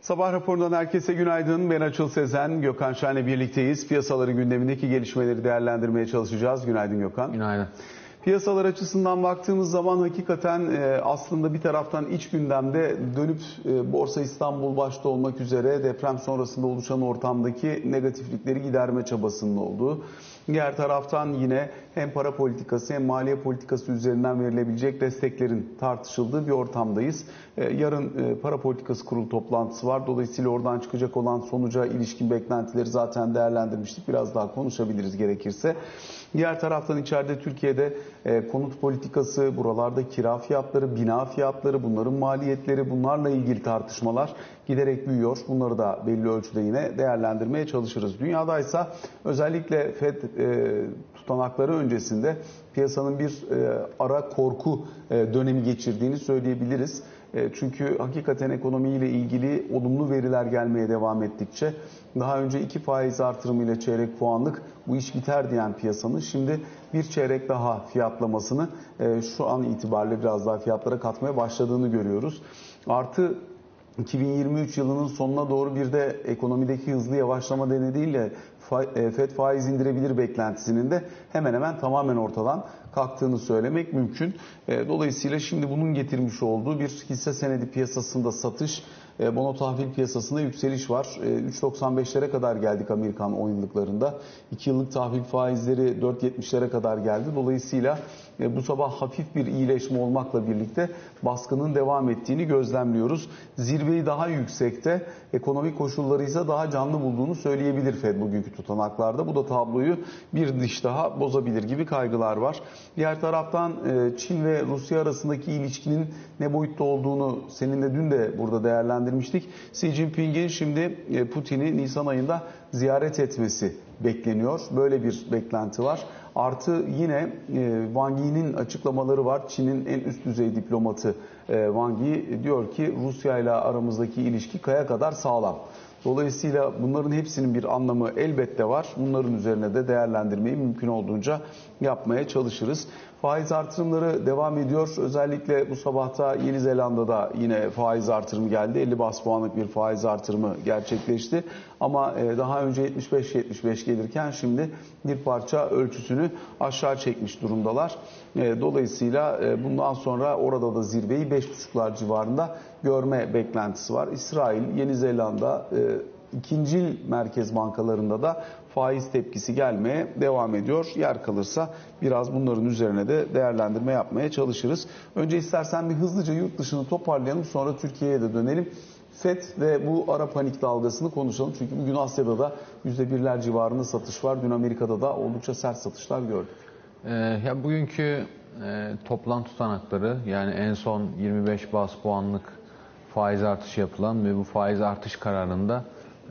Sabah raporundan herkese günaydın. Ben Açıl Sezen, Gökhan Şahin'le birlikteyiz. Piyasaların gündemindeki gelişmeleri değerlendirmeye çalışacağız. Günaydın Gökhan. Günaydın. Piyasalar açısından baktığımız zaman hakikaten aslında bir taraftan iç gündemde dönüp Borsa İstanbul başta olmak üzere deprem sonrasında oluşan ortamdaki negatiflikleri giderme çabasının olduğu. Diğer taraftan yine hem para politikası hem maliye politikası üzerinden verilebilecek desteklerin tartışıldığı bir ortamdayız. Yarın para politikası kurulu toplantısı var. Dolayısıyla oradan çıkacak olan sonuca ilişkin beklentileri zaten değerlendirmiştik. Biraz daha konuşabiliriz gerekirse. Diğer taraftan içeride Türkiye'de konut politikası, buralarda kira fiyatları, bina fiyatları, bunların maliyetleri, bunlarla ilgili tartışmalar giderek büyüyor. Bunları da belli ölçüde yine değerlendirmeye çalışırız. Dünyadaysa özellikle FED tutanakları öncesinde piyasanın bir ara korku dönemi geçirdiğini söyleyebiliriz. Çünkü hakikaten ekonomiyle ilgili olumlu veriler gelmeye devam ettikçe daha önce 2 faiz artırımıyla çeyrek puanlık bu iş biter diyen piyasanın şimdi bir çeyrek daha fiyatlamasını şu an itibariyle biraz daha fiyatlara katmaya başladığını görüyoruz. Artı 2023 yılının sonuna doğru bir de ekonomideki hızlı yavaşlama nedeniyle FED faiz indirebilir beklentisinin de hemen hemen tamamen ortadan kalktığını söylemek mümkün. Dolayısıyla şimdi bunun getirmiş olduğu bir hisse senedi piyasasında satış, bono tahvil piyasasında yükseliş var. 3.95'lere kadar geldik Amerikan 10 yıllıklarında. 2 yıllık tahvil faizleri 4.70'lere kadar geldi. Dolayısıyla bu sabah hafif bir iyileşme olmakla birlikte baskının devam ettiğini gözlemliyoruz. Zirveyi daha yüksekte, ekonomik koşulları ise daha canlı bulduğunu söyleyebilir FED bugünkü tutanaklarda. Bu da tabloyu bir diş daha bozabilir gibi kaygılar var. Diğer taraftan Çin ve Rusya arasındaki ilişkinin ne boyutta olduğunu seninle dün de burada değerlendirmiştik. Xi Jinping'in şimdi Putin'i Nisan ayında ziyaret etmesi bekleniyor. Böyle bir beklenti var. Artı yine Wang Yi'nin açıklamaları var. Çin'in en üst düzey diplomatı Wang Yi diyor ki Rusya ile aramızdaki ilişki kaya kadar sağlam. Dolayısıyla bunların hepsinin bir anlamı elbette var. Bunların üzerine de değerlendirmeyi mümkün olduğunca yapmaya çalışırız. Faiz artırımları devam ediyor. Özellikle bu sabahta Yeni Zelanda'da yine faiz artırımı geldi. 50 bas puanlık bir faiz artırımı gerçekleşti. Ama daha önce 75-75 gelirken şimdi bir parça ölçüsünü aşağı çekmiş durumdalar. Dolayısıyla bundan sonra orada da zirveyi 5,5'lar civarında görme beklentisi var. İsrail, Yeni Zelanda, ikincil merkez bankalarında da faiz tepkisi gelmeye devam ediyor. Yer kalırsa biraz bunların üzerine de değerlendirme yapmaya çalışırız. Önce istersen bir hızlıca yurt dışını toparlayalım, sonra Türkiye'ye de dönelim. FED ve bu ara panik dalgasını konuşalım. Çünkü bugün Asya'da da %1'ler civarında satış var. Dün Amerika'da da oldukça sert satışlar gördük. Bugünkü toplantı tutanakları, yani en son 25 bas puanlık faiz artışı yapılan ve bu faiz artış kararında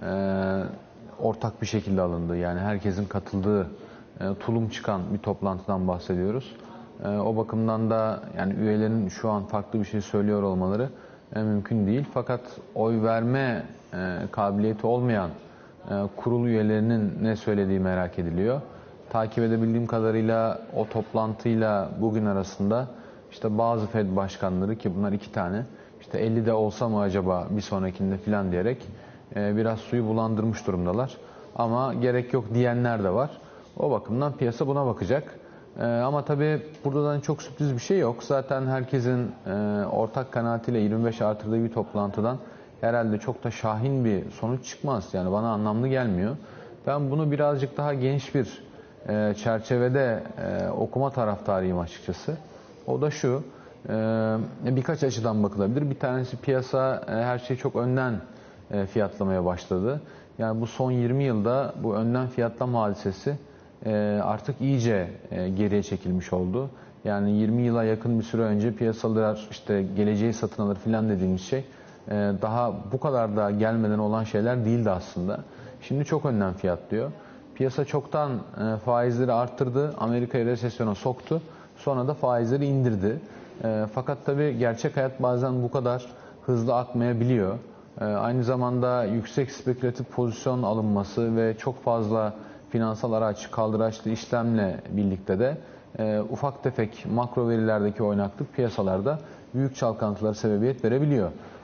ortak bir şekilde alındı. Yani herkesin katıldığı, tulum çıkan bir toplantıdan bahsediyoruz. O bakımdan da yani üyelerin şu an farklı bir şey söylüyor olmaları mümkün değil. Fakat oy verme kabiliyeti olmayan kurul üyelerinin ne söylediği merak ediliyor. Takip edebildiğim kadarıyla o toplantıyla bugün arasında işte bazı FED başkanları, ki bunlar 2 tane, işte 50'de olsa mı acaba bir sonrakinde filan diyerek biraz suyu bulandırmış durumdalar. Ama gerek yok diyenler de var. O bakımdan piyasa buna bakacak. Ama tabii buradan çok sürpriz bir şey yok. Zaten herkesin ortak kanaatiyle 25 artırdığı bir toplantıdan herhalde çok da şahin bir sonuç çıkmaz. Yani bana anlamlı gelmiyor. Ben bunu birazcık daha geniş bir çerçevede okuma taraftarıyım açıkçası. O da şu, birkaç açıdan bakılabilir. Bir tanesi, piyasa her şeyi çok önden fiyatlamaya başladı. Yani bu son 20 yılda bu önden fiyatlama hadisesi artık iyice geriye çekilmiş oldu. Yani 20 yıla yakın bir süre önce piyasalar işte geleceği satın alır filan dediğimiz şey daha bu kadar da gelmeden olan şeyler değildi aslında. Şimdi çok önden fiyatlıyor. Piyasa çoktan faizleri arttırdı, Amerika'yı resesyona soktu, sonra da faizleri indirdi. Fakat tabii gerçek hayat bazen bu kadar hızlı akmayabiliyor. Aynı zamanda yüksek spekülatif pozisyon alınması ve çok fazla finansal araç, kaldıraçlı işlemle birlikte de ufak tefek makro verilerdeki oynaklık piyasalarda büyük çalkantılara sebebiyet verebiliyor.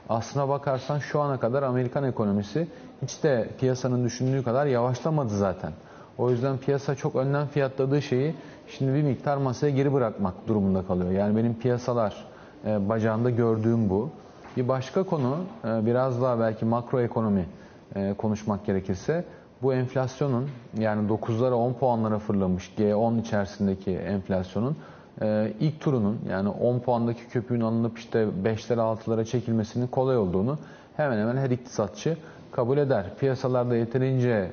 aslına bakarsan şu ana kadar Amerikan ekonomisi hiç de piyasanın düşündüğü kadar yavaşlamadı zaten. O yüzden piyasa çok önden fiyatladığı şeyi şimdi bir miktar masaya geri bırakmak durumunda kalıyor. Yani benim piyasalar bacağında gördüğüm bu. Bir başka konu, biraz daha belki makro ekonomi konuşmak gerekirse, bu enflasyonun, yani 9'lara 10 puanlara fırlamış G10 içerisindeki enflasyonun ilk turunun, yani 10 puandaki köpüğün alınıp işte 5'lere 6'lara çekilmesinin kolay olduğunu hemen hemen her iktisatçı kabul eder. Piyasalarda yeterince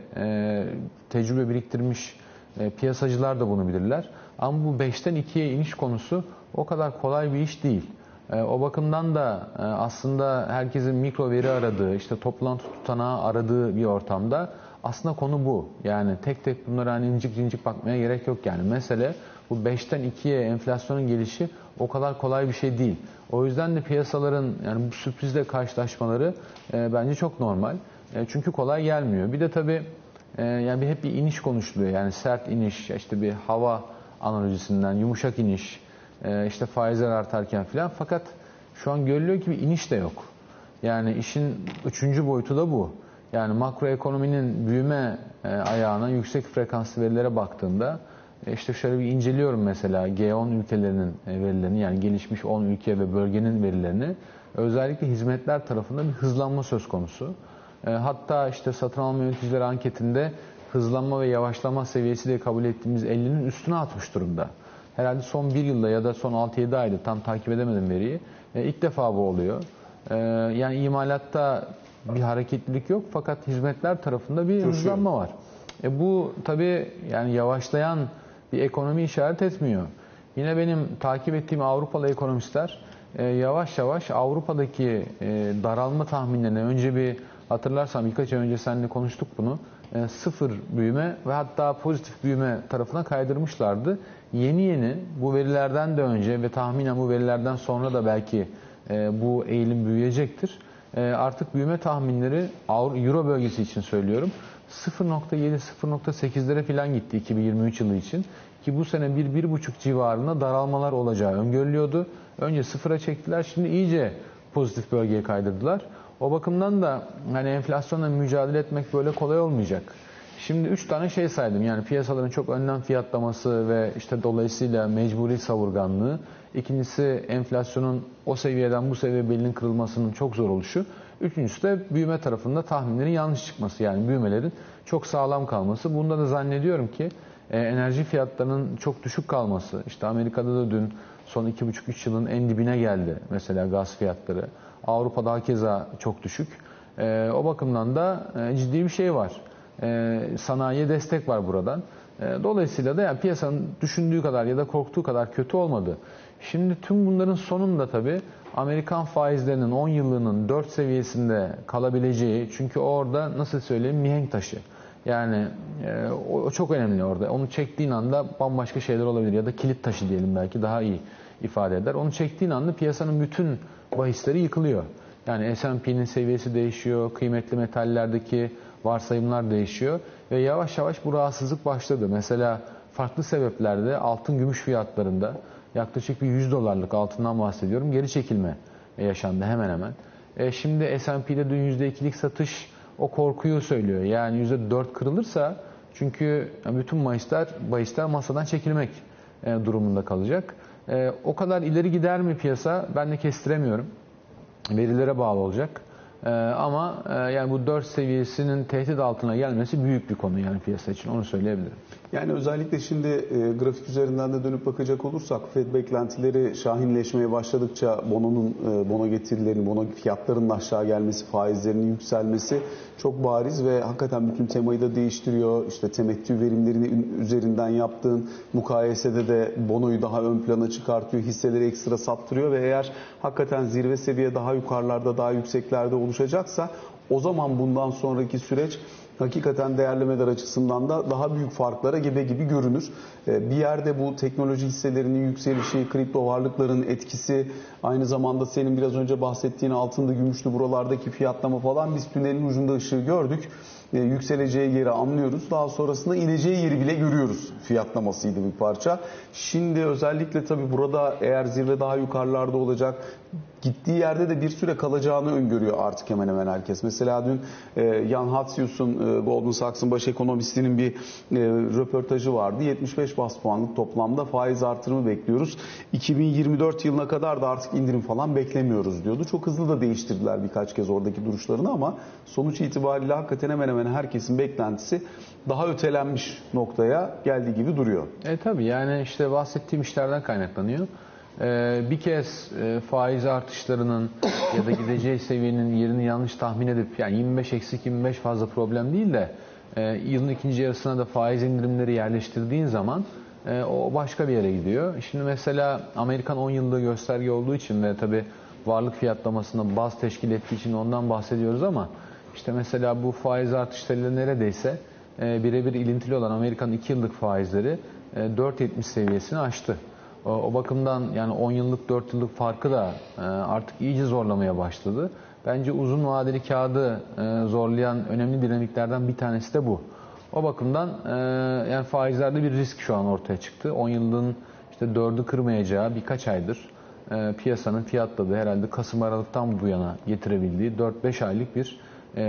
tecrübe biriktirmiş piyasacılar da bunu bilirler. Ama bu 5'ten 2'ye iniş konusu o kadar kolay bir iş değil. O bakımdan da aslında herkesin mikro veri aradığı, işte toplantı tutanağı aradığı bir ortamda aslında konu bu. Yani tek tek bunlara hani incik bakmaya gerek yok yani. Mesele bu 5'ten 2'ye enflasyonun gelişi o kadar kolay bir şey değil. O yüzden de piyasaların yani bu sürprizle karşılaşmaları bence çok normal. Çünkü kolay gelmiyor. Bir de tabii yani hep bir iniş konuşuluyor. Yani sert iniş, işte bir hava analojisinden yumuşak iniş, işte faizler artarken filan. Fakat şu an görülüyor ki bir iniş de yok. Yani işin üçüncü boyutu da bu. Yani makroekonominin büyüme ayağına yüksek frekanslı verilere baktığımda işte şöyle bir inceliyorum mesela G10 ülkelerinin verilerini, yani gelişmiş 10 ülke ve bölgenin verilerini. Özellikle hizmetler tarafında bir hızlanma söz konusu. Hatta işte satın alma yöneticileri anketinde hızlanma ve yavaşlama seviyesi de kabul ettiğimiz 50'nin üstüne atmış durumda. Herhalde son bir yılda ya da son 6-7 ayda, tam takip edemedim veriyi, ilk defa bu oluyor. Yani imalatta bir hareketlilik yok fakat hizmetler tarafında bir hızlanma var. Bu tabii yani yavaşlayan bir ekonomi işaret etmiyor. Yine benim takip ettiğim Avrupalı ekonomistler yavaş yavaş Avrupa'daki daralma tahminlerine, önce bir hatırlarsan birkaç ay önce seninle konuştuk bunu, sıfır büyüme ve hatta pozitif büyüme tarafına kaydırmışlardı. Yeni bu verilerden de önce ve tahminen bu verilerden sonra da belki bu eğilim büyüyecektir. Artık büyüme tahminleri Euro bölgesi için söylüyorum 0.7-0.8'lere falan gitti 2023 yılı için. Ki bu sene 1-1,5 civarında daralmalar olacağı öngörülüyordu. Önce sıfıra çektiler, şimdi iyice pozitif bölgeye kaydırdılar. O bakımdan da hani enflasyonla mücadele etmek böyle kolay olmayacak. Şimdi 3 tane şey saydım. Yani piyasaların çok önden fiyatlaması ve işte dolayısıyla mecburi savurganlığı. İkincisi enflasyonun o seviyeden bu seviyeye belinin kırılmasının çok zor oluşu. Üçüncüsü de büyüme tarafında tahminlerin yanlış çıkması. Yani büyümelerin çok sağlam kalması. Bunda da zannediyorum ki enerji fiyatlarının çok düşük kalması. İşte Amerika'da da dün son 2,5-3 yılın en dibine geldi mesela gaz fiyatları. Avrupa'da hakeza çok düşük. O bakımdan da ciddi bir şey var. Sanayiye destek var buradan. Dolayısıyla da yani piyasanın düşündüğü kadar ya da korktuğu kadar kötü olmadı. Şimdi tüm bunların sonunda tabii Amerikan faizlerinin 10 yıllığının 4 seviyesinde kalabileceği, çünkü orada nasıl söyleyeyim mihenk taşı. Yani o çok önemli orada. Onu çektiğin anda bambaşka şeyler olabilir ya da kilit taşı diyelim, belki daha iyi ifade eder. Onu çektiğin anda piyasanın bütün bahisleri yıkılıyor. Yani S&P'nin seviyesi değişiyor, kıymetli metallerdeki varsayımlar değişiyor ve yavaş yavaş bu rahatsızlık başladı. Mesela farklı sebeplerde altın gümüş fiyatlarında yaklaşık bir $100 altından bahsediyorum, geri çekilme yaşandı hemen hemen. Şimdi S&P'de dün %2'lik satış o korkuyu söylüyor. Yani %4 kırılırsa çünkü bütün bahisler masadan çekilmek durumunda kalacak. O kadar ileri gider mi piyasa? Ben de kestiremiyorum. Verilere bağlı olacak. Ama yani bu 4 seviyesinin tehdit altına gelmesi büyük bir konu yani piyasa için, onu söyleyebilirim. Yani özellikle şimdi grafik üzerinden de dönüp bakacak olursak Fed beklentileri şahinleşmeye başladıkça bono getirilerinin, bono fiyatlarının aşağı gelmesi, faizlerinin yükselmesi çok bariz ve hakikaten bütün temayı da değiştiriyor. İşte temettü verimlerini üzerinden yaptığın mukayesede de bonoyu daha ön plana çıkartıyor, hisseleri ekstra sattırıyor ve eğer hakikaten zirve seviye daha yukarılarda, daha yükseklerde oluşacaksa o zaman bundan sonraki süreç hakikaten değerlemeler açısından da daha büyük farklara gebe gibi görünür. Bir yerde bu teknoloji hisselerinin yükselişi, kripto varlıkların etkisi, aynı zamanda senin biraz önce bahsettiğin altında, gümüşlü buralardaki fiyatlama falan, biz tünelin ucunda ışığı gördük. Yükseleceği yeri anlıyoruz. Daha sonrasında ineceği yeri bile görüyoruz. Fiyatlamasıydı bir parça. Şimdi özellikle tabii burada eğer zirve daha yukarılarda olacak, gittiği yerde de bir süre kalacağını öngörüyor artık hemen hemen herkes. Mesela dün Jan Hatzius'un, Goldman Sachs'ın baş ekonomistinin bir röportajı vardı. 75 bas puanlık toplamda faiz artırımı bekliyoruz. 2024 yılına kadar da artık indirim falan beklemiyoruz diyordu. Çok hızlı da değiştirdiler birkaç kez oradaki duruşlarını ama sonuç itibariyle hakikaten hemen hemen herkesin beklentisi daha ötelenmiş noktaya geldiği gibi duruyor. Tabii yani işte bahsettiğim işlerden kaynaklanıyor. Bir kez faiz artışlarının ya da gideceği seviyenin yerini yanlış tahmin edip yani 25 eksik 25 fazla problem değil de yılın ikinci yarısına da faiz indirimleri yerleştirdiğin zaman o başka bir yere gidiyor. Şimdi mesela Amerikan 10 yıllık gösterge olduğu için ve tabii varlık fiyatlamasında baz teşkil ettiği için ondan bahsediyoruz ama işte mesela bu faiz artışlarıyla neredeyse birebir ilintili olan Amerika'nın 2 yıllık faizleri 4.70 seviyesini aştı. O bakımdan yani 10 yıllık 4 yıllık farkı da artık iyice zorlamaya başladı. Bence uzun vadeli kağıdı zorlayan önemli dinamiklerden bir tanesi de bu. O bakımdan yani faizlerde bir risk şu an ortaya çıktı. 10 yılın işte 4'ü kırmayacağı birkaç aydır piyasanın fiyatladığı herhalde Kasım Aralık'tan bu yana getirebildiği 4-5 aylık bir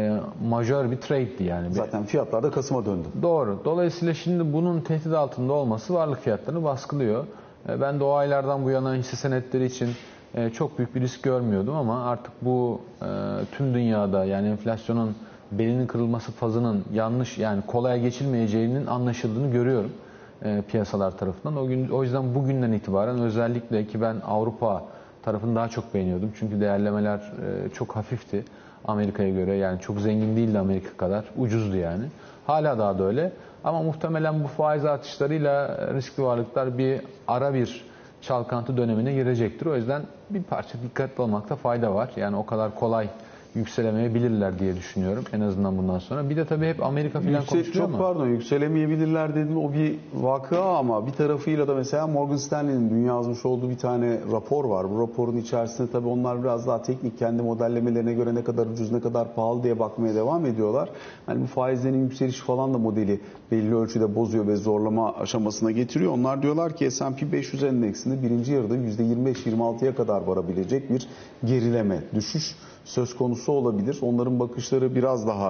majör bir trade'di yani. Zaten fiyatlar da Kasım'a döndü. Doğru. Dolayısıyla şimdi bunun tehdit altında olması varlık fiyatlarını baskılıyor. Ben de o aylardan bu yana hisse senetleri için çok büyük bir risk görmüyordum ama artık bu tüm dünyada yani enflasyonun belinin kırılması fazının yanlış yani kolay geçilmeyeceğinin anlaşıldığını görüyorum piyasalar tarafından. O yüzden bugünden itibaren özellikle ki ben Avrupa tarafını daha çok beğeniyordum. Çünkü değerlemeler çok hafifti Amerika'ya göre. Yani çok zengin değildi Amerika kadar. Ucuzdu yani. Hala daha da öyle. Ama muhtemelen bu faiz artışlarıyla riskli varlıklar bir çalkantı dönemine girecektir. O yüzden bir parça dikkatli olmakta fayda var. Yani o kadar kolay yükselemeyebilirler diye düşünüyorum en azından bundan sonra. Bir de tabii hep Amerika falan konuşuluyor ama. Çok pardon yükselemeyebilirler dedim o bir vakıa ama bir tarafıyla da mesela Morgan Stanley'nin dün yazmış olduğu bir tane rapor var. Bu raporun içerisinde tabii onlar biraz daha teknik kendi modellemelerine göre ne kadar ucuz ne kadar pahalı diye bakmaya devam ediyorlar. Hani bu faizlerin yükselişi falan da modeli belli ölçüde bozuyor ve zorlama aşamasına getiriyor. Onlar diyorlar ki S&P 500 endeksinde birinci yarıda %25-26'ya kadar varabilecek bir gerileme, düşüş söz konusu olabilir. Onların bakışları biraz daha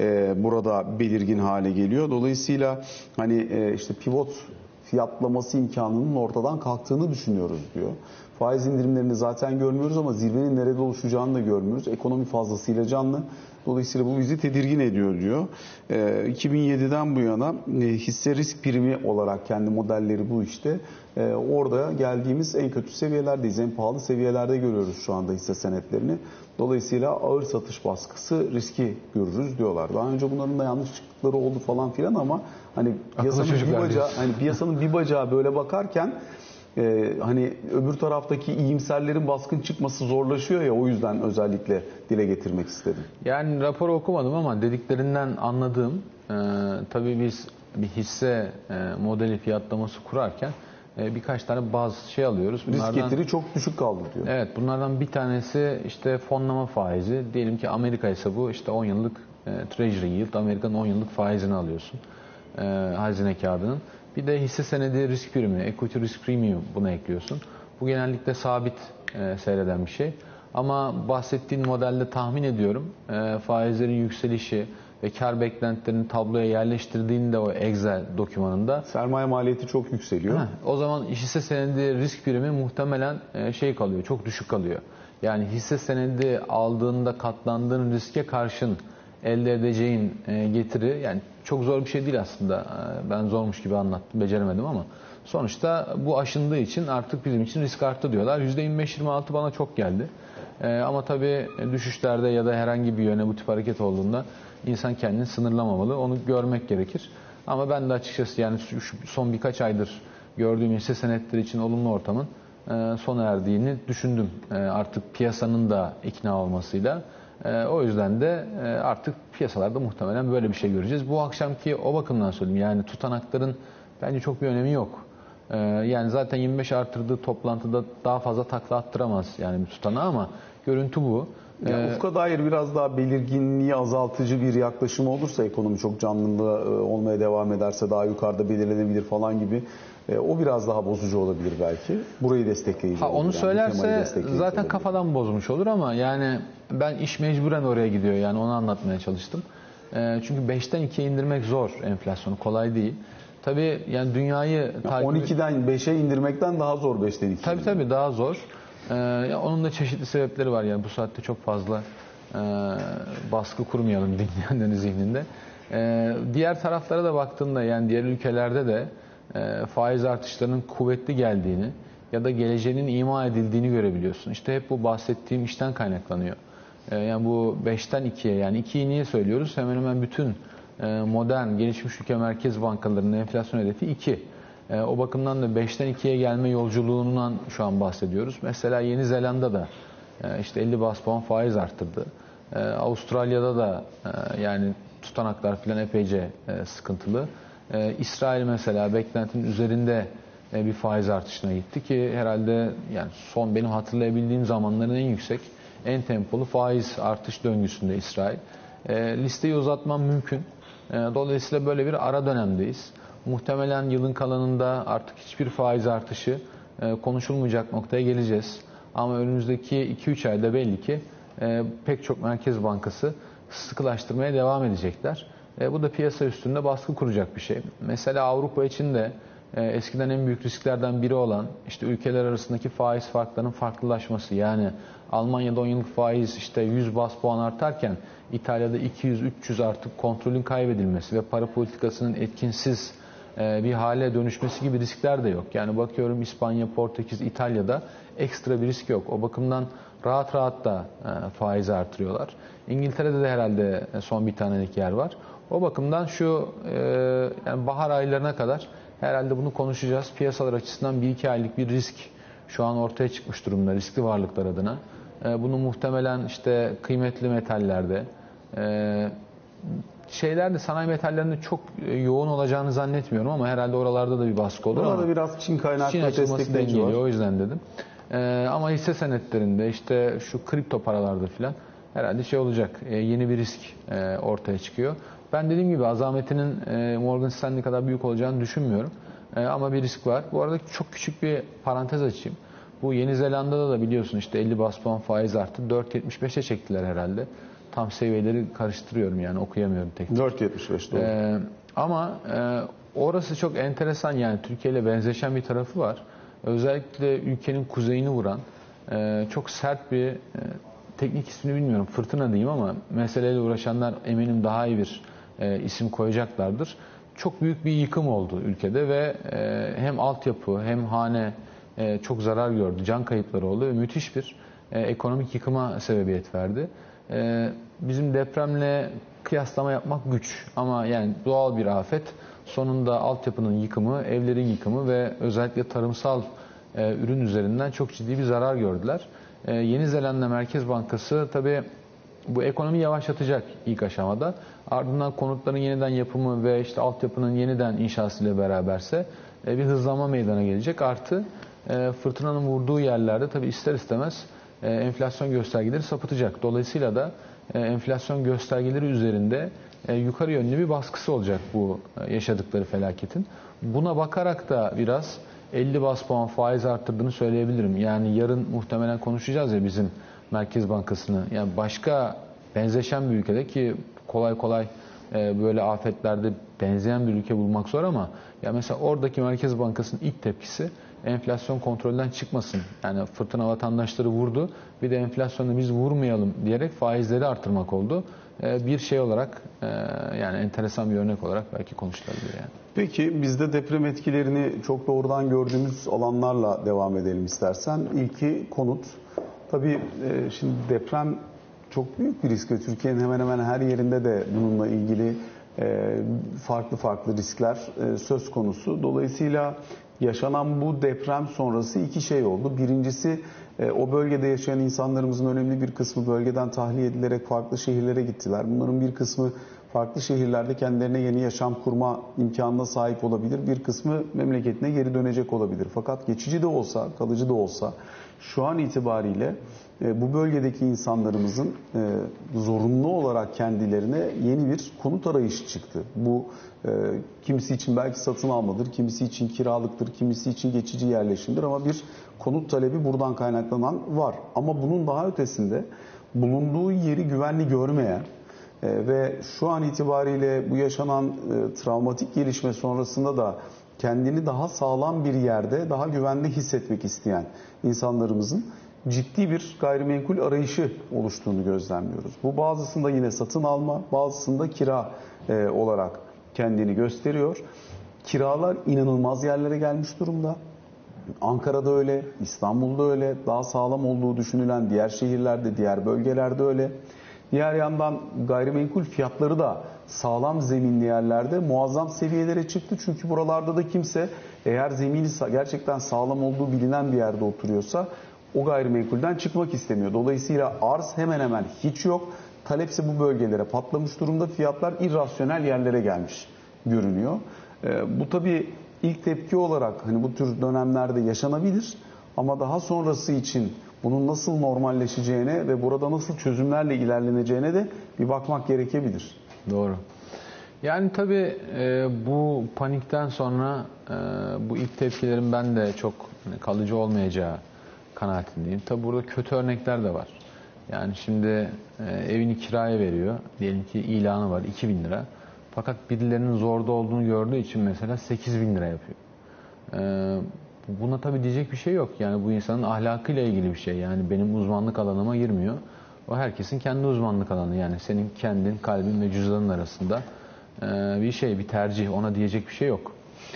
burada belirgin hale geliyor. Dolayısıyla hani işte pivot fiyatlaması imkanının ortadan kalktığını düşünüyoruz diyor. Faiz indirimlerini zaten görmüyoruz ama zirvenin nerede oluşacağını da görmüyoruz. Ekonomi fazlasıyla canlı. Dolayısıyla bu bizi tedirgin ediyor diyor. 2007'den bu yana hisse risk primi olarak kendi modelleri bu işte. Orada geldiğimiz en kötü seviyelerdeyiz. En pahalı seviyelerde görüyoruz şu anda hisse senetlerini. Dolayısıyla ağır satış baskısı riski görürüz diyorlar. Daha önce bunların da yanlış çıktıkları oldu falan filan ama hani piyasanın bir bacağı böyle bakarken hani öbür taraftaki iyimserlerin baskın çıkması zorlaşıyor ya o yüzden özellikle dile getirmek istedim. Yani raporu okumadım ama dediklerinden anladığım tabii biz bir hisse modeli fiyatlaması kurarken birkaç tane bazı şey alıyoruz. Risk getiri çok düşük kaldı diyor. Evet, bunlardan bir tanesi işte fonlama faizi. Diyelim ki Amerika ise bu işte 10 yıllık Treasury Yield, Amerika'nın 10 yıllık faizini alıyorsun. Hazine kağıdının. Bir de hisse senedi risk primi, equity risk premium buna ekliyorsun. Bu genellikle sabit seyreden bir şey. Ama bahsettiğin modelde tahmin ediyorum faizlerin yükselişi ve kar beklentilerini tabloya yerleştirdiğinde o Excel dokümanında sermaye maliyeti çok yükseliyor. O zaman hisse senedi risk primi muhtemelen kalıyor, çok düşük kalıyor. Yani hisse senedi aldığında katlandığın riske karşın elde edeceğin getiri yani çok zor bir şey değil aslında. Ben zormuş gibi anlattım, beceremedim ama sonuçta bu aşındığı için artık bizim için risk arttı diyorlar. %25-26 bana çok geldi. Ama tabii düşüşlerde ya da herhangi bir yöne bu tip hareket olduğunda insan kendini sınırlamamalı. Onu görmek gerekir. Ama ben de açıkçası yani son birkaç aydır gördüğüm hisse senetleri için olumlu ortamın sona erdiğini düşündüm. Artık piyasanın da ikna olmasıyla. O yüzden de artık piyasalarda muhtemelen böyle bir şey göreceğiz. Bu akşamki o bakımdan söyleyeyim. Yani tutanakların bence çok bir önemi yok. Yani zaten 25 artırdığı toplantıda daha fazla takla attıramaz yani bir tutanağı ama görüntü bu. Ufka dair biraz daha belirginliği azaltıcı bir yaklaşım olursa ekonomi çok canlı olmaya devam ederse daha yukarıda belirlenebilir falan gibi O biraz daha bozucu olabilir belki. Burayı destekleyici olabilir. Onu söylerse zaten olabilir. kafadan bozmuş olur ama yani ben iş mecburen oraya gidiyor, yani onu anlatmaya çalıştım. Çünkü 5'ten 2'ye indirmek zor enflasyonu, kolay değil. Tabii yani dünyayı... 12'den 5'e indirmekten daha zor 5'ten 2'ye. Tabii daha zor. Onun da çeşitli sebepleri var, yani bu saatte çok fazla baskı kurmayalım dinleyenlerin zihninde. Diğer taraflara da baktığında, yani diğer ülkelerde de faiz artışlarının kuvvetli geldiğini ya da geleceğinin ima edildiğini görebiliyorsun. İşte hep bu bahsettiğim işten kaynaklanıyor. Yani bu 5'ten 2'ye, yani 2'yi niye söylüyoruz? Hemen hemen bütün modern, gelişmiş ülke merkez bankalarının enflasyon hedefi 2. O bakımdan da 5'ten 2'ye gelme yolculuğundan şu an bahsediyoruz. Mesela Yeni Zelanda'da işte 50 bas puan faiz arttırdı. Avustralya'da da yani tutanaklar falan epeyce sıkıntılı. İsrail mesela beklentinin üzerinde bir faiz artışına gitti ki herhalde yani son benim hatırlayabildiğim zamanların en yüksek, en tempolu faiz artış döngüsünde İsrail. Listeyi uzatmam mümkün. Dolayısıyla böyle bir ara dönemdeyiz. Muhtemelen yılın kalanında artık hiçbir faiz artışı konuşulmayacak noktaya geleceğiz. Ama önümüzdeki 2-3 ayda belli ki pek çok merkez bankası sıkılaştırmaya devam edecekler. Bu da piyasa üstünde baskı kuracak bir şey. Mesela Avrupa için de eskiden en büyük risklerden biri olan işte ülkeler arasındaki faiz farklarının farklılaşması. Yani Almanya'da 10 yıllık faiz işte 100 bas puan artarken İtalya'da 200-300 artık kontrolün kaybedilmesi ve para politikasının etkinsiz bir hale dönüşmesi gibi riskler de yok. Yani bakıyorum İspanya, Portekiz, İtalya'da ekstra bir risk yok. O bakımdan rahat rahat da faizi artırıyorlar. İngiltere'de de herhalde son bir tanelik yer var. O bakımdan şu yani bahar aylarına kadar herhalde bunu konuşacağız. Piyasalar açısından 1-2 aylık bir risk şu an ortaya çıkmış durumda riskli varlıklar adına. Bunu muhtemelen işte kıymetli metallerde, şeylerde, sanayi metallerinde çok yoğun olacağını zannetmiyorum ama herhalde oralarda da bir baskı olur. Orada biraz Çin kaynaklı açılması destekleyici var. O yüzden dedim. Ama hisse senetlerinde işte şu kripto paralarda filan herhalde şey olacak. Yeni bir risk ortaya çıkıyor. Ben dediğim gibi azametinin Morgan Stanley kadar büyük olacağını düşünmüyorum. Ama bir risk var. Bu arada çok küçük bir parantez açayım. Bu Yeni Zelanda'da da biliyorsun işte 50 bas puan faiz arttı. 4.75'e çektiler herhalde. Tam seviyeleri karıştırıyorum yani okuyamıyorum tek. 4.75 doğru. Ama orası çok enteresan, yani Türkiye ile benzeşen bir tarafı var. Özellikle ülkenin kuzeyini vuran çok sert bir teknik ismini bilmiyorum, fırtına diyeyim ama meseleyle uğraşanlar eminim daha iyi bir isim koyacaklardır. Çok büyük bir yıkım oldu ülkede ve hem altyapı hem hane çok zarar gördü, can kayıpları oldu ve müthiş bir ekonomik yıkıma sebebiyet verdi. Bizim depremle kıyaslama yapmak güç ama yani doğal bir afet sonunda altyapının yıkımı, evlerin yıkımı ve özellikle tarımsal ürün üzerinden çok ciddi bir zarar gördüler. Yeni Zelanda Merkez Bankası tabii bu ekonomi yavaşlatacak ilk aşamada. Ardından konutların yeniden yapımı ve işte altyapının yeniden inşasıyla beraberse bir hızlanma meydana gelecek. Artı fırtınanın vurduğu yerlerde tabii ister istemez enflasyon göstergeleri sapıtacak. Dolayısıyla da enflasyon göstergeleri üzerinde yukarı yönlü bir baskısı olacak bu yaşadıkları felaketin. Buna bakarak da biraz 50 bas puan faiz arttırdığını söyleyebilirim. Yani yarın muhtemelen konuşacağız ya bizim Merkez Bankası'nı. Yani başka benzeşen bir ülkede ki kolay kolay böyle afetlerde benzeyen bir ülke bulmak zor ama ya mesela oradaki Merkez Bankası'nın ilk tepkisi enflasyon kontrolden çıkmasın. Yani fırtına vatandaşları vurdu. Bir de enflasyonu biz vurmayalım diyerek faizleri artırmak oldu. Bir şey olarak yani enteresan bir örnek olarak belki konuşulabilir yani. Peki biz de deprem etkilerini çok doğrudan gördüğümüz alanlarla devam edelim istersen. İlki konut. Tabii şimdi deprem çok büyük bir risk ve Türkiye'nin hemen hemen her yerinde de bununla ilgili farklı farklı riskler söz konusu. Dolayısıyla yaşanan bu deprem sonrası iki şey oldu. Birincisi o bölgede yaşayan insanlarımızın önemli bir kısmı bölgeden tahliye edilerek farklı şehirlere gittiler. Bunların bir kısmı farklı şehirlerde kendilerine yeni yaşam kurma imkanına sahip olabilir. Bir kısmı memleketine geri dönecek olabilir. Fakat geçici de olsa, kalıcı da olsa şu an itibariyle bu bölgedeki insanlarımızın zorunlu olarak kendilerine yeni bir konut arayışı çıktı. Bu kimisi için belki satın almadır, kimisi için kiralıktır, kimisi için geçici yerleşimdir ama bir konut talebi buradan kaynaklanan var. Ama bunun daha ötesinde bulunduğu yeri güvenli görmeyen ve şu an itibariyle bu yaşanan travmatik gelişme sonrasında da kendini daha sağlam bir yerde, daha güvenli hissetmek isteyen insanlarımızın ciddi bir gayrimenkul arayışı oluştuğunu gözlemliyoruz. Bu bazısında yine satın alma, bazısında kira olarak kendini gösteriyor. Kiralar inanılmaz yerlere gelmiş durumda. Ankara'da öyle, İstanbul'da öyle, daha sağlam olduğu düşünülen diğer şehirlerde, diğer bölgelerde öyle. Diğer yandan gayrimenkul fiyatları da sağlam zeminli yerlerde muazzam seviyelere çıktı. Çünkü buralarda da kimse eğer zemini gerçekten sağlam olduğu bilinen bir yerde oturuyorsa o gayrimenkulden çıkmak istemiyor. Dolayısıyla arz hemen hemen hiç yok. Talepse bu bölgelere patlamış durumda. Fiyatlar irrasyonel yerlere gelmiş görünüyor. Bu tabii ilk tepki olarak hani bu tür dönemlerde yaşanabilir. Ama daha sonrası için bunun nasıl normalleşeceğine ve burada nasıl çözümlerle ilerleneceğine de bir bakmak gerekebilir. Doğru. Yani tabii bu panikten sonra bu ilk tepkilerin ben de çok kalıcı olmayacağı kanaatindeyim. Tabii burada kötü örnekler de var. Yani şimdi evini kiraya veriyor. Diyelim ki ilanı var 2.000 lira. Fakat birilerinin zorda olduğunu gördüğü için mesela 8.000 lira yapıyor. Buna tabii diyecek bir şey yok. Yani bu insanın ahlakıyla ilgili bir şey. Yani benim uzmanlık alanıma girmiyor. O herkesin kendi uzmanlık alanı. Yani senin kendin, kalbin ve cüzdanın arasında bir şey, bir tercih. Ona diyecek bir şey yok.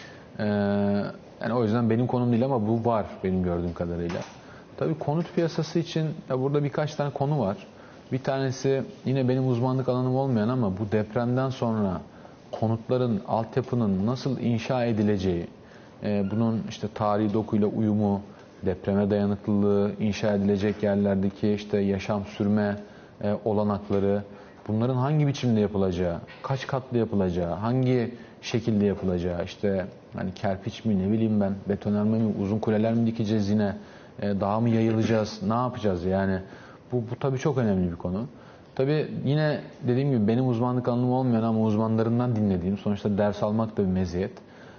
Yani o yüzden benim konum değil ama bu var benim gördüğüm kadarıyla. Tabii konut piyasası için burada birkaç tane konu var. Bir tanesi yine benim uzmanlık alanım olmayan ama bu depremden sonra konutların, altyapının nasıl inşa edileceği, bunun işte tarihi dokuyla uyumu, depreme dayanıklılığı, inşa edilecek yerlerdeki işte yaşam sürme olanakları, bunların hangi biçimde yapılacağı, kaç katlı yapılacağı, hangi şekilde yapılacağı, işte hani kerpiç mi, ne bileyim ben, betonarme mi, uzun kuleler mi dikeceğiz yine, daha mı yayılacağız, ne yapacağız yani. Bu tabii çok önemli bir konu. Tabii yine dediğim gibi benim uzmanlık alanım olmayan ama uzmanlarından dinlediğim, sonuçta ders almak da bir meziyet.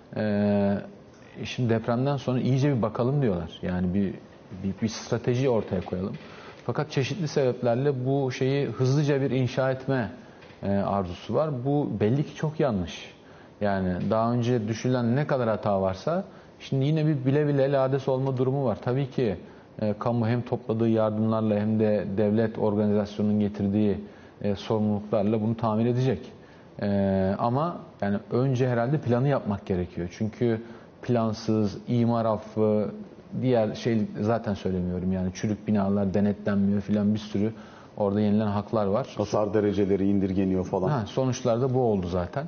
Şimdi depremden sonra iyice bir bakalım diyorlar. Yani bir strateji ortaya koyalım. Fakat çeşitli sebeplerle bu şeyi hızlıca bir inşa etme arzusu var. Bu belli ki çok yanlış. Yani daha önce düşünülen ne kadar hata varsa şimdi yine bir bile bile lades olma durumu var. Tabii ki kamu hem topladığı yardımlarla hem de devlet organizasyonunun getirdiği sorumluluklarla bunu tamir edecek. Ama yani önce herhalde planı yapmak gerekiyor. Çünkü plansız, imar affı, diğer şey zaten söylemiyorum. Yani çürük binalar denetlenmiyor filan, bir sürü orada yenilen haklar var. Hasar dereceleri indirgeniyor falan. Sonuçlarda bu oldu zaten.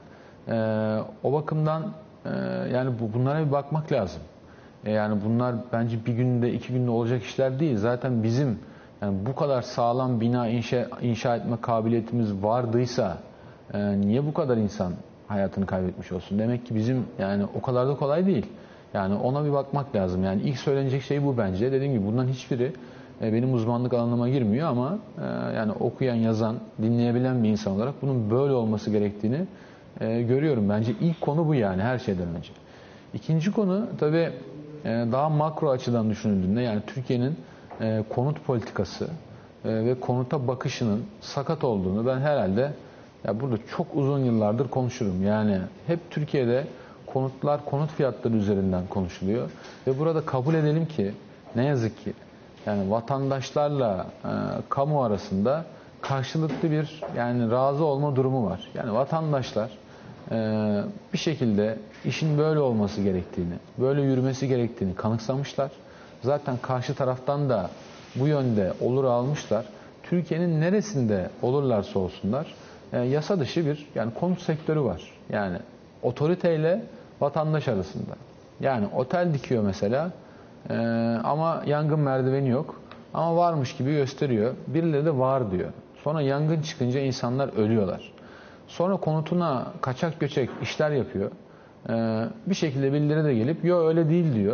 O bakımdan yani bunlara bir bakmak lazım. Yani bunlar bence bir günde, 2 günde olacak işler değil. Zaten bizim yani bu kadar sağlam bina inşa etme kabiliyetimiz vardıysa niye bu kadar insan hayatını kaybetmiş olsun? Demek ki bizim yani o kadar da kolay değil. Yani ona bir bakmak lazım. Yani ilk söylenecek şey bu bence. Dediğim gibi bundan hiçbiri benim uzmanlık alanıma girmiyor ama yani okuyan, yazan, dinleyebilen bir insan olarak bunun böyle olması gerektiğini görüyorum. Bence ilk konu bu yani her şeyden önce. İkinci konu tabii daha makro açıdan düşünüldüğünde yani Türkiye'nin konut politikası ve konuta bakışının sakat olduğunu ben herhalde ya burada çok uzun yıllardır konuşurum. Yani hep Türkiye'de konut fiyatları üzerinden konuşuluyor ve burada kabul edelim ki ne yazık ki yani vatandaşlarla kamu arasında karşılıklı bir yani razı olma durumu var. Yani vatandaşlar bir şekilde işin böyle olması gerektiğini, böyle yürümesi gerektiğini kanıksamışlar. Zaten karşı taraftan da bu yönde olur almışlar. Türkiye'nin neresinde olurlarsa olsunlar yasa dışı bir yani konut sektörü var. Yani otoriteyle vatandaş arasında. Yani otel dikiyor mesela ama yangın merdiveni yok. Ama varmış gibi gösteriyor. Birileri de var diyor. Sonra yangın çıkınca insanlar ölüyorlar. Sonra konutuna kaçak göçek işler yapıyor. Bir şekilde birileri de gelip yok öyle değil diyor.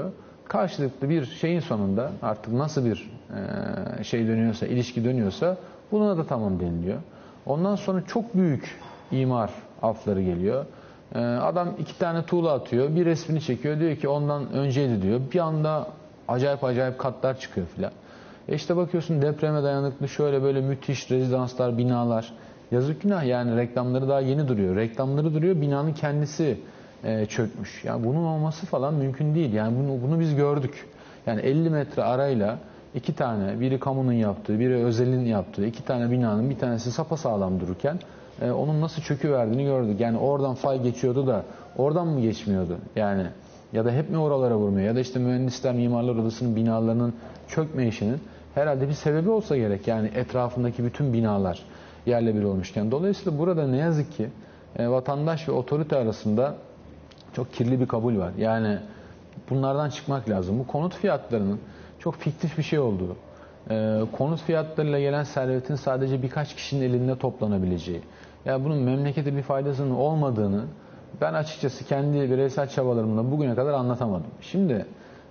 karşılıklı bir şeyin sonunda artık nasıl bir şey dönüyorsa, ilişki dönüyorsa buna da tamam deniliyor. Ondan sonra çok büyük imar afları geliyor. Adam 2 tane tuğla atıyor, bir resmini çekiyor, diyor ki ondan önceydi diyor. Bir anda acayip katlar çıkıyor filan. İşte bakıyorsun depreme dayanıklı şöyle böyle müthiş rezidanslar, binalar. Yazık günah, yani reklamları daha yeni duruyor. Reklamları duruyor, binanın kendisi çökmüş. Yani bunun olması falan mümkün değil. Yani bunu biz gördük. Yani 50 metre arayla 2 tane, biri kamunun yaptığı, biri özelin yaptığı 2 tane binanın bir tanesi sapasağlam dururken onun nasıl çöküverdiğini gördük. Yani oradan fay geçiyordu da oradan mı geçmiyordu? Yani ya da hep mi oralara vurmuyor? Ya da işte mühendisler, mimarlar odasının binalarının çökme işinin herhalde bir sebebi olsa gerek. Yani etrafındaki bütün binalar yerle bir olmuşken. Dolayısıyla burada ne yazık ki vatandaş ve otorite arasında çok kirli bir kabul var. Yani bunlardan çıkmak lazım. Bu konut fiyatlarının çok fiktif bir şey olduğu, konut fiyatlarıyla gelen servetin sadece birkaç kişinin elinde toplanabileceği, yani bunun memlekete bir faydasının olmadığını ben açıkçası kendi bireysel çabalarımla bugüne kadar anlatamadım. Şimdi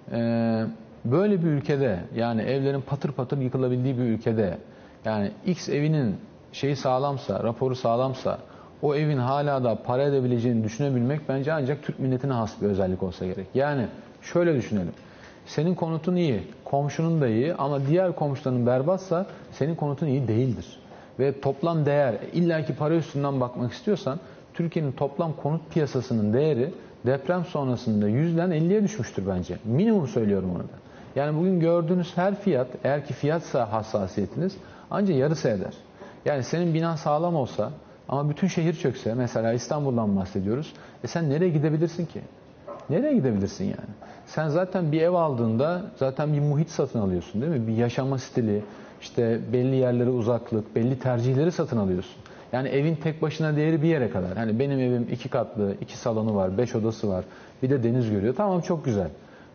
böyle bir ülkede, yani evlerin patır patır yıkılabildiği bir ülkede, yani X evinin şeyi sağlamsa, raporu sağlamsa, o evin hala da para edebileceğini düşünebilmek bence ancak Türk milletine has bir özellik olsa gerek. Yani şöyle düşünelim. Senin konutun iyi, komşunun da iyi ama diğer komşuların berbatsa senin konutun iyi değildir. Ve toplam değer, illaki para üstünden bakmak istiyorsan, Türkiye'nin toplam konut piyasasının değeri deprem sonrasında 100'den 50'ye düşmüştür bence. Minimum söylüyorum onu da. Yani bugün gördüğünüz her fiyat, eğer ki fiyatsa hassasiyetiniz, ancak yarısı eder. Yani senin binan sağlam olsa ama bütün şehir çökse, mesela İstanbul'dan bahsediyoruz, sen nereye gidebilirsin ki? Nereye gidebilirsin yani? Sen zaten bir ev aldığında zaten bir muhit satın alıyorsun, değil mi? Bir yaşama stili, işte belli yerlere uzaklık, belli tercihleri satın alıyorsun. Yani evin tek başına değeri bir yere kadar. Hani benim evim 2 katlı, 2 salonu var, 5 odası var, bir de deniz görüyor. Tamam, çok güzel.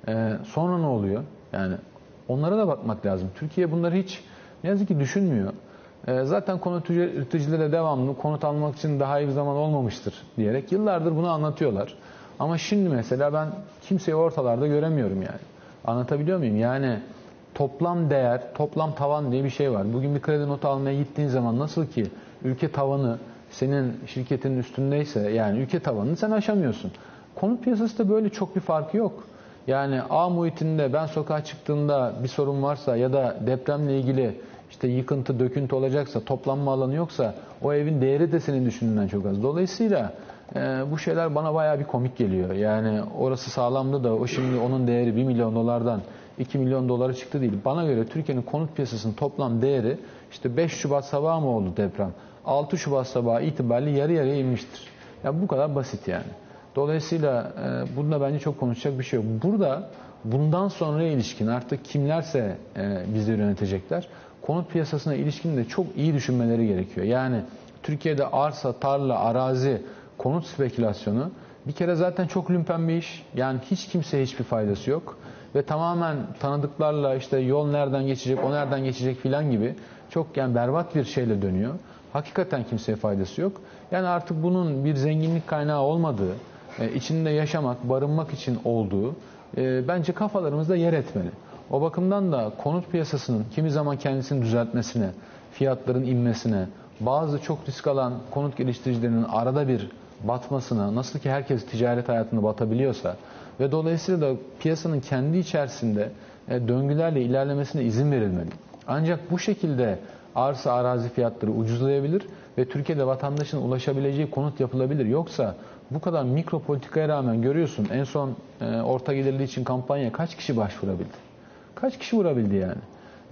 Sonra ne oluyor? Yani onlara da bakmak lazım. Türkiye bunları hiç ne yazık ki düşünmüyor. Zaten konut üreticilere devamlı konut almak için daha iyi bir zaman olmamıştır diyerek yıllardır bunu anlatıyorlar. Ama şimdi mesela ben kimseyi ortalarda göremiyorum yani. Anlatabiliyor muyum? Yani toplam değer, toplam tavan diye bir şey var. Bugün bir kredi notu almaya gittiğin zaman nasıl ki ülke tavanı senin şirketinin üstündeyse, yani ülke tavanını sen aşamıyorsun. Konut piyasası da böyle çok bir farkı yok. Yani A muhitinde ben sokağa çıktığımda bir sorun varsa ya da depremle ilgili işte yıkıntı, döküntü olacaksa, toplanma alanı yoksa o evin değeri de senin düşündüğünden çok az. Dolayısıyla bu şeyler bana bayağı bir komik geliyor. Yani orası sağlamdı da o şimdi onun değeri 1 milyon dolardan 2 milyon dolara çıktı değil. Bana göre Türkiye'nin konut piyasasının toplam değeri işte 5 Şubat sabahı mı oldu deprem? 6 Şubat sabahı itibariyle yarı yarıya inmiştir. Ya bu kadar basit yani. Dolayısıyla bunda bence çok konuşacak bir şey yok. Burada bundan sonraya ilişkin artık kimlerse bizleri yönetecekler, konut piyasasına ilişkin de çok iyi düşünmeleri gerekiyor. Yani Türkiye'de arsa, tarla, arazi, konut spekülasyonu bir kere zaten çok lümpen bir iş. Yani hiç kimseye hiçbir faydası yok. Ve tamamen tanıdıklarla işte yol nereden geçecek, o nereden geçecek filan gibi çok yani berbat bir şeyle dönüyor. Hakikaten kimseye faydası yok. Yani artık bunun bir zenginlik kaynağı olmadığı, içinde yaşamak, barınmak için olduğu bence kafalarımızda yer etmeli. O bakımdan da konut piyasasının kimi zaman kendisini düzeltmesine, fiyatların inmesine, bazı çok risk alan konut geliştiricilerinin arada bir batmasına, nasıl ki herkes ticaret hayatında batabiliyorsa ve dolayısıyla da piyasanın kendi içerisinde döngülerle ilerlemesine izin verilmeli. Ancak bu şekilde arsa arazi fiyatları ucuzlayabilir ve Türkiye'de vatandaşın ulaşabileceği konut yapılabilir. Yoksa bu kadar mikro politikaya rağmen görüyorsun, en son orta gelirli için kampanya kaç kişi başvurabildi? Kaç kişi vurabildi yani?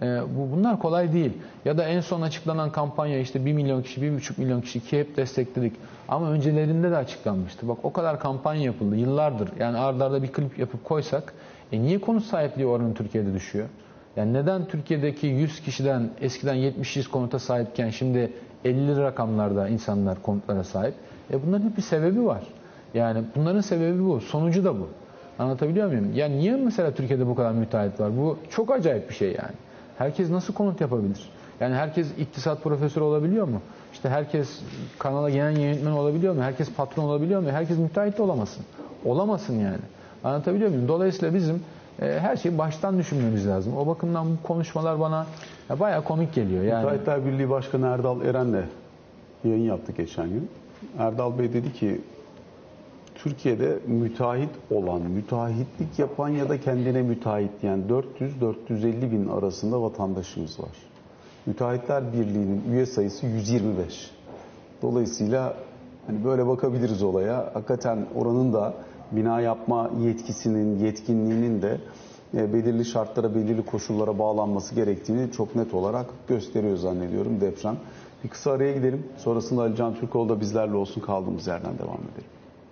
Bunlar kolay değil. Ya da en son açıklanan kampanya işte 1 milyon kişi, 1,5 milyon kişi ki hep destekledik. Ama öncelerinde de açıklanmıştı. Bak o kadar kampanya yapıldı yıllardır. Yani arda arda bir klip yapıp koysak niye konut sahipliği oranı Türkiye'de düşüyor? Yani neden Türkiye'deki 100 kişiden eskiden 70 konuta sahipken şimdi 50 rakamlarda insanlar konutlara sahip? Bunların hep bir sebebi var. Yani bunların sebebi bu. Sonucu da bu. Anlatabiliyor muyum? Yani niye mesela Türkiye'de bu kadar müteahhit var? Bu çok acayip bir şey yani. Herkes nasıl konut yapabilir? Yani herkes iktisat profesörü olabiliyor mu? İşte herkes kanala genel yönetmen olabiliyor mu? Herkes patron olabiliyor mu? Herkes müteahhit de olamasın. Olamasın yani. Anlatabiliyor muyum? Dolayısıyla bizim her şeyi baştan düşünmemiz lazım. O bakımdan bu konuşmalar bana bayağı komik geliyor. Yani Müteahhitler Birliği Başkanı Erdal Eren'le yayın yaptık geçen gün. Erdal Bey dedi ki Türkiye'de müteahhit olan, müteahhitlik yapan ya da kendine müteahhit diyen 400-450 bin arasında vatandaşımız var. Müteahhitler Birliği'nin üye sayısı 125. Dolayısıyla hani böyle bakabiliriz olaya. Hakikaten oranın da bina yapma yetkisinin, yetkinliğinin de belirli şartlara, belirli koşullara bağlanması gerektiğini çok net olarak gösteriyor zannediyorum deprem. Bir kısa araya gidelim. Sonrasında Ali Can Türkoğlu da bizlerle olsun, kaldığımız yerden devam edelim.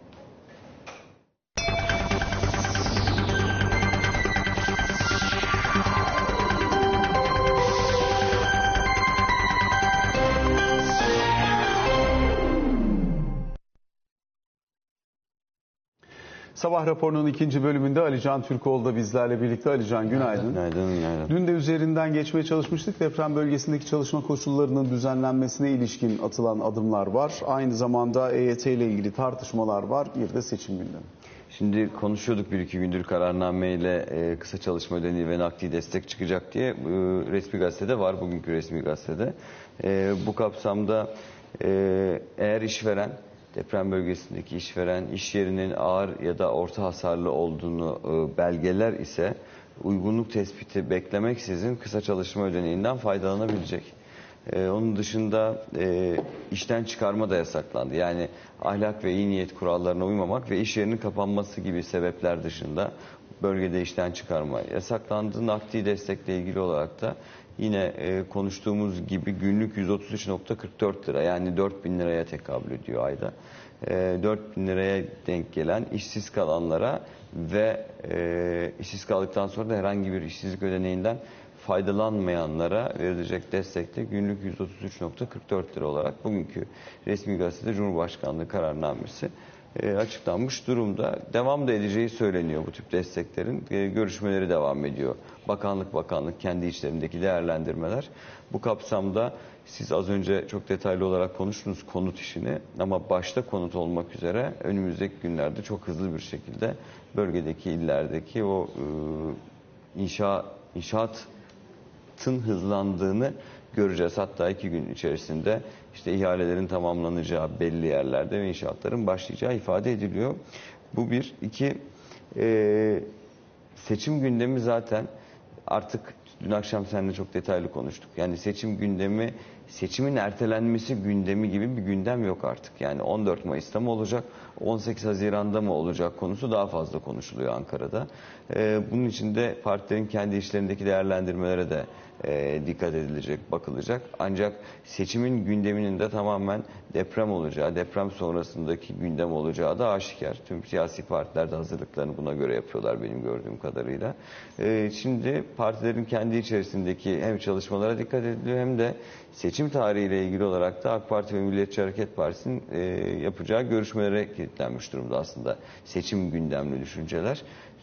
Sabah raporunun ikinci bölümünde Ali Can Türkoğlu da bizlerle birlikte. Ali Can, günaydın. Günaydın. Dün de üzerinden geçmeye çalışmıştık. Deprem bölgesindeki çalışma koşullarının düzenlenmesine ilişkin atılan adımlar var. Aynı zamanda EYT ile ilgili tartışmalar var. Bir de seçim gündemi. Şimdi konuşuyorduk bir iki gündür kararnameyle kısa çalışma ödeneği ve nakdi destek çıkacak diye. Resmi gazetede var, bugünkü resmi gazetede. Bu kapsamda eğer işveren, deprem bölgesindeki işveren iş yerinin ağır ya da orta hasarlı olduğunu belgeler ise uygunluk tespiti beklemeksizin kısa çalışma ödeneğinden faydalanabilecek. Onun dışında işten çıkarma da yasaklandı. Yani ahlak ve iyi niyet kurallarına uymamak ve iş yerinin kapanması gibi sebepler dışında bölgede işten çıkarma yasaklandı. Nakdi destekle ilgili olarak da yine konuştuğumuz gibi günlük 133.44 lira, yani 4.000 liraya tekabül ediyor ayda. 4.000 liraya denk gelen işsiz kalanlara ve işsiz kaldıktan sonra da herhangi bir işsizlik ödeneğinden faydalanmayanlara verilecek destekte günlük 133.44 lira olarak bugünkü resmi gazetede Cumhurbaşkanlığı kararnamesi açıklanmış durumda. Devam da edeceği söyleniyor bu tip desteklerin. Görüşmeleri devam ediyor. Bakanlık kendi içlerindeki değerlendirmeler. Bu kapsamda siz az önce çok detaylı olarak konuştunuz konut işini, ama başta konut olmak üzere önümüzdeki günlerde çok hızlı bir şekilde bölgedeki illerdeki o inşaatın hızlandığını göreceğiz. Hatta 2 gün içerisinde işte ihalelerin tamamlanacağı belli yerlerde ve inşaatların başlayacağı ifade ediliyor. Bu bir. İki, seçim gündemi zaten artık dün akşam seninle çok detaylı konuştuk. Yani seçim gündemi, seçimin ertelenmesi gündemi gibi bir gündem yok artık. Yani 14 Mayıs'ta mı olacak, 18 Haziran'da mı olacak konusu daha fazla konuşuluyor Ankara'da. Bunun için de partilerin kendi işlerindeki değerlendirmelere de dikkat edilecek, bakılacak. Ancak seçimin gündeminin de tamamen deprem olacağı, deprem sonrasındaki gündem olacağı da aşikar. Tüm siyasi partiler de hazırlıklarını buna göre yapıyorlar benim gördüğüm kadarıyla. Şimdi partilerin kendi içerisindeki hem çalışmalara dikkat ediliyor hem de seçim tarihiyle ilgili olarak da AK Parti ve Milliyetçi Hareket Partisi'nin yapacağı görüşmelere kilitlenmiş durumda aslında seçim gündemli düşünceler.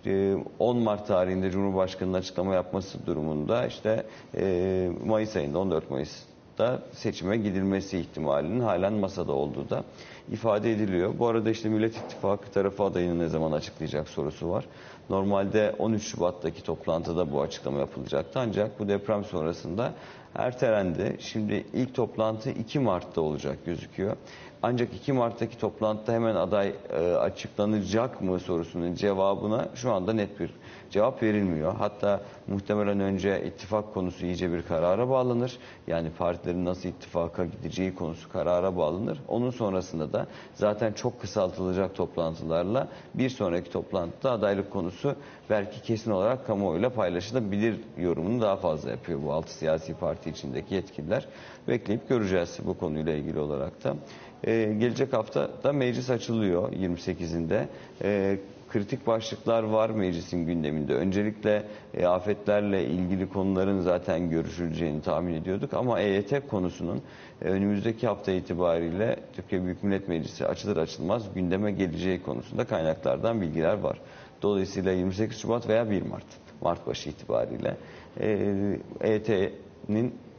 10 Mart tarihinde Cumhurbaşkanı'nın açıklama yapması durumunda işte Mayıs ayında 14 Mayıs'ta seçime gidilmesi ihtimalinin halen masada olduğu da ifade ediliyor. Bu arada işte Millet İttifakı tarafı adayını ne zaman açıklayacak sorusu var. Normalde 13 Şubat'taki toplantıda bu açıklama yapılacaktı, ancak bu deprem sonrasında ertelendi. Şimdi ilk toplantı 2 Mart'ta olacak gözüküyor. Ancak 2 Mart'taki toplantıda hemen aday açıklanacak mı sorusunun cevabına şu anda net bir cevap verilmiyor. Hatta muhtemelen önce ittifak konusu iyice bir karara bağlanır. Yani partilerin nasıl ittifaka gideceği konusu karara bağlanır. Onun sonrasında da zaten çok kısaltılacak toplantılarla bir sonraki toplantıda adaylık konusu belki kesin olarak kamuoyuyla paylaşılabilir yorumunu daha fazla yapıyor bu 6 siyasi parti içindeki yetkililer. Bekleyip göreceğiz bu konuyla ilgili olarak da. Gelecek hafta da meclis açılıyor 28'inde. Kritik başlıklar var meclisin gündeminde. Öncelikle afetlerle ilgili konuların zaten görüşüleceğini tahmin ediyorduk. Ama EYT konusunun önümüzdeki hafta itibariyle Türkiye Büyük Millet Meclisi açılır açılmaz gündeme geleceği konusunda kaynaklardan bilgiler var. Dolayısıyla 28 Şubat veya 1 Mart başı itibariyle EYT'nin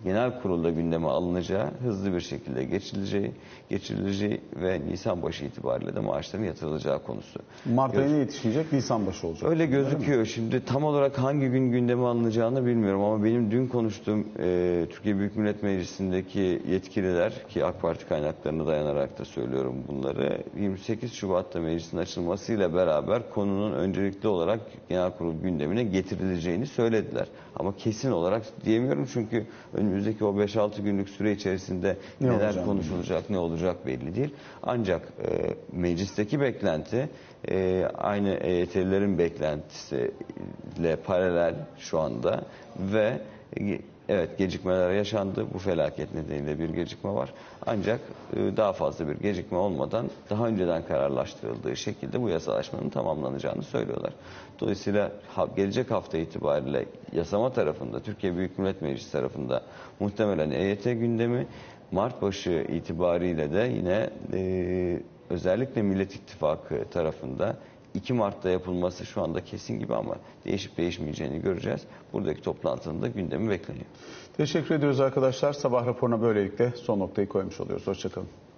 genel kurulda gündeme alınacağı, hızlı bir şekilde geçirileceği ve Nisan başı itibariyle de maaşların yatırılacağı konusu. Mart ayına yetişmeyecek, Nisan başı olacak. Öyle gözüküyor. Şimdi tam olarak hangi gün gündeme alınacağını bilmiyorum ama benim dün konuştuğum Türkiye Büyük Millet Meclisi'ndeki yetkililer, ki AK Parti kaynaklarına dayanarak da söylüyorum bunları, 28 Şubat'ta meclisin açılmasıyla beraber konunun öncelikli olarak genel kurul gündemine getirileceğini söylediler. Ama kesin olarak diyemiyorum çünkü önümüzdeki o 5-6 günlük süre içerisinde neler konuşulacak, ne olacak belli değil. Ancak meclisteki beklenti aynı EYT'lilerin beklentisiyle paralel şu anda ve evet, gecikmeler yaşandı. Bu felaket nedeniyle bir gecikme var. Ancak daha fazla bir gecikme olmadan daha önceden kararlaştırıldığı şekilde bu yasalaşmanın tamamlanacağını söylüyorlar. Dolayısıyla gelecek hafta itibariyle yasama tarafında, Türkiye Büyük Millet Meclisi tarafında muhtemelen EYT gündemi, Mart başı itibariyle de yine özellikle Millet İttifakı tarafında 2 Mart'ta yapılması şu anda kesin gibi ama değişip değişmeyeceğini göreceğiz. Buradaki toplantının da gündemi bekleniyor. Teşekkür ediyoruz arkadaşlar. Sabah raporuna böylelikle son noktayı koymuş oluyoruz. Hoşçakalın.